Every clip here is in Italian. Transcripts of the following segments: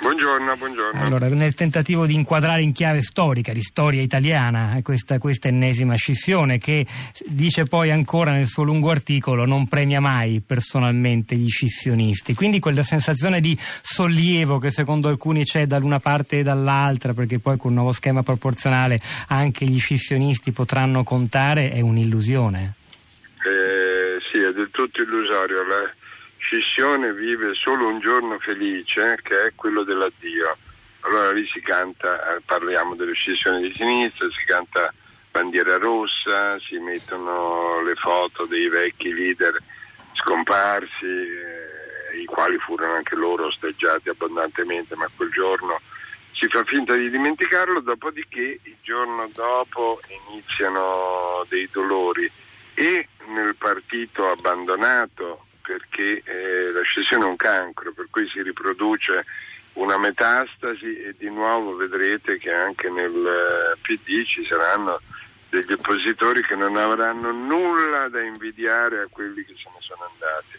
Buongiorno. Allora, nel tentativo di inquadrare in chiave storica, di storia italiana, questa ennesima scissione che dice poi ancora nel suo lungo articolo non premia mai personalmente gli scissionisti, quindi quella sensazione di sollievo che secondo alcuni c'è dall'una parte e dall'altra, perché poi con un nuovo schema proporzionale anche gli scissionisti potranno contare, è un'illusione. Sì, è del tutto illusorio. La scissione vive solo un giorno felice, che è quello dell'addio. Allora lì si canta, parliamo delle scissioni di sinistra, si canta bandiera rossa, si mettono le foto dei vecchi leader scomparsi, i quali furono anche loro osteggiati abbondantemente, ma quel giorno si fa finta di dimenticarlo, dopodiché il giorno dopo iniziano dei dolori e nel partito abbandonato, perché la scissione è un cancro, per cui si riproduce una metastasi e di nuovo vedrete che anche nel PD ci saranno degli oppositori che non avranno nulla da invidiare a quelli che se ne sono andati.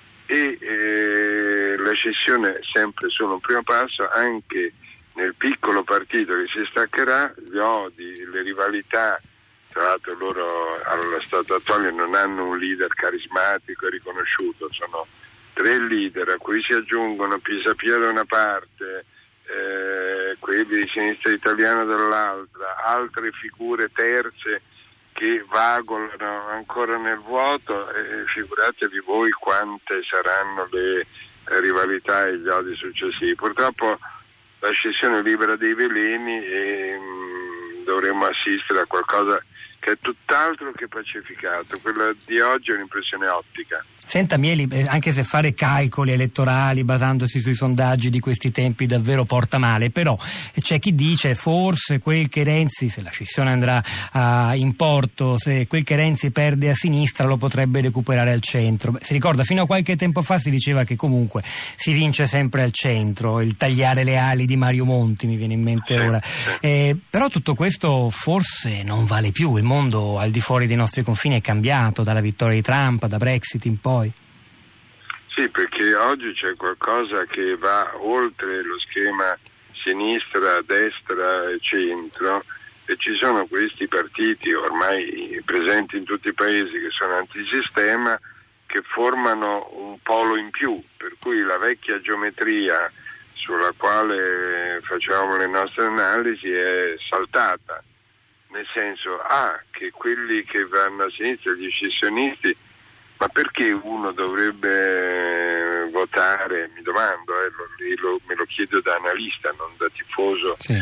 E la scissione è sempre solo un primo passo, anche nel piccolo partito che si staccherà, gli odi, le rivalità. Tra l'altro loro allo stato attuale non hanno un leader carismatico e riconosciuto, sono 3 leader a cui si aggiungono Pisapia da una parte, quelli di Sinistra Italiana dall'altra, altre figure terze che vagolano ancora nel vuoto, e figuratevi voi quante saranno le rivalità e gli odi successivi. Purtroppo la scissione è libera dei veleni e dovremmo assistere a qualcosa che è tutt'altro che pacificato. Quella di oggi è un'impressione ottica. Senta Mieli, anche se fare calcoli elettorali basandosi sui sondaggi di questi tempi davvero porta male, però c'è chi dice forse quel che Renzi, se la scissione andrà in porto, se quel che Renzi perde a sinistra lo potrebbe recuperare al centro. Si ricorda, fino a qualche tempo fa si diceva che comunque si vince sempre al centro, il tagliare le ali di Mario Monti mi viene in mente ora. Però tutto questo forse non vale più, il mondo al di fuori dei nostri confini è cambiato dalla vittoria di Trump, da Brexit in poi. Sì, perché oggi c'è qualcosa che va oltre lo schema sinistra, destra e centro, e ci sono questi partiti ormai presenti in tutti i paesi che sono antisistema, che formano un polo in più, per cui la vecchia geometria sulla quale facevamo le nostre analisi è saltata, nel senso che quelli che vanno a sinistra, gli scissionisti, ma perché uno dovrebbe votare, mi domando, me lo chiedo da analista, non da tifoso, sì,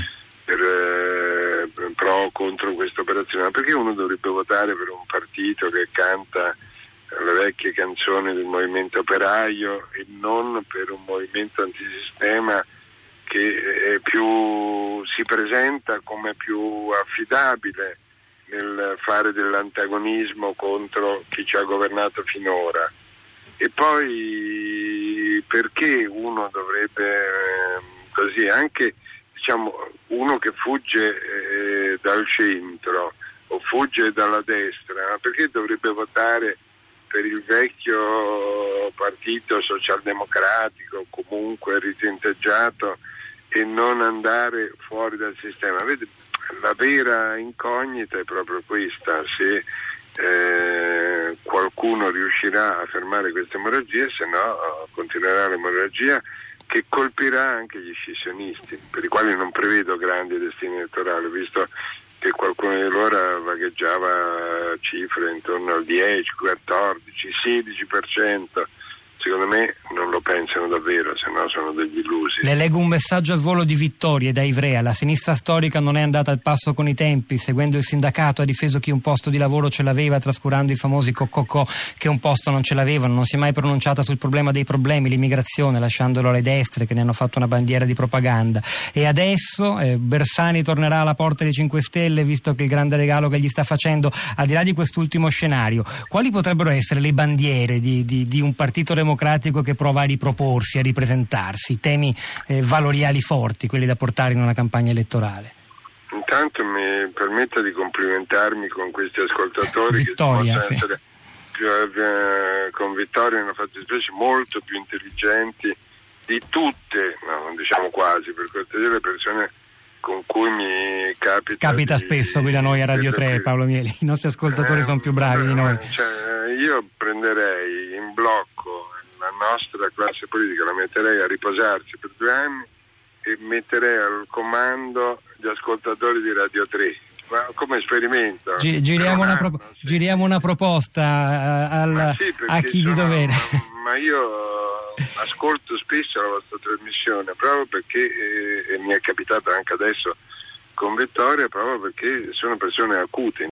pro o contro questa operazione, ma perché uno dovrebbe votare per un partito che canta le vecchie canzoni del movimento operaio e non per un movimento antisistema che si presenta come più affidabile nel fare dell'antagonismo contro chi ci ha governato finora? E poi perché uno dovrebbe così, anche uno che fugge dal centro o fugge dalla destra, perché dovrebbe votare per il vecchio partito socialdemocratico comunque ritinteggiato e non andare fuori dal sistema? Vede, la vera incognita è proprio questa: se qualcuno riuscirà a fermare questa emorragia, se no continuerà l'emorragia che colpirà anche gli scissionisti, per i quali non prevedo grandi destini elettorali, visto che qualcuno di loro vagheggiava cifre intorno al 10, 14, 16%. Secondo me non lo pensano davvero, se no sono degli illusi. Le leggo un messaggio al volo di Vittoria da Ivrea. La sinistra storica non è andata al passo con i tempi, seguendo il sindacato ha difeso chi un posto di lavoro ce l'aveva, trascurando i famosi cococò che un posto non ce l'avevano. Non si è mai pronunciata sul problema dei problemi, l'immigrazione, lasciandolo alle destre che ne hanno fatto una bandiera di propaganda. E adesso Bersani tornerà alla porta dei 5 Stelle, visto che il grande regalo che gli sta facendo, al di là di quest'ultimo scenario, quali potrebbero essere le bandiere di un partito democratico che prova a riproporsi, a ripresentarsi, temi valoriali forti, quelli da portare in una campagna elettorale? Intanto mi permetta di complimentarmi con questi ascoltatori Vittoria, che possono essere con Vittoria hanno fatto specie molto più intelligenti di tutte, no, non diciamo quasi, tutte delle persone con cui mi capita spesso qui da noi a Radio 3, Paolo Mieli, i nostri ascoltatori sono più bravi di noi. Io prenderei in blocco la nostra classe politica, la metterei a riposarsi per 2 anni e metterei al comando gli ascoltatori di Radio 3. Ma come esperimento giriamo una proposta a chi di dovere. Ma io ascolto spesso la vostra trasmissione proprio perché e mi è capitato anche adesso con Vittoria, proprio perché sono persone acute.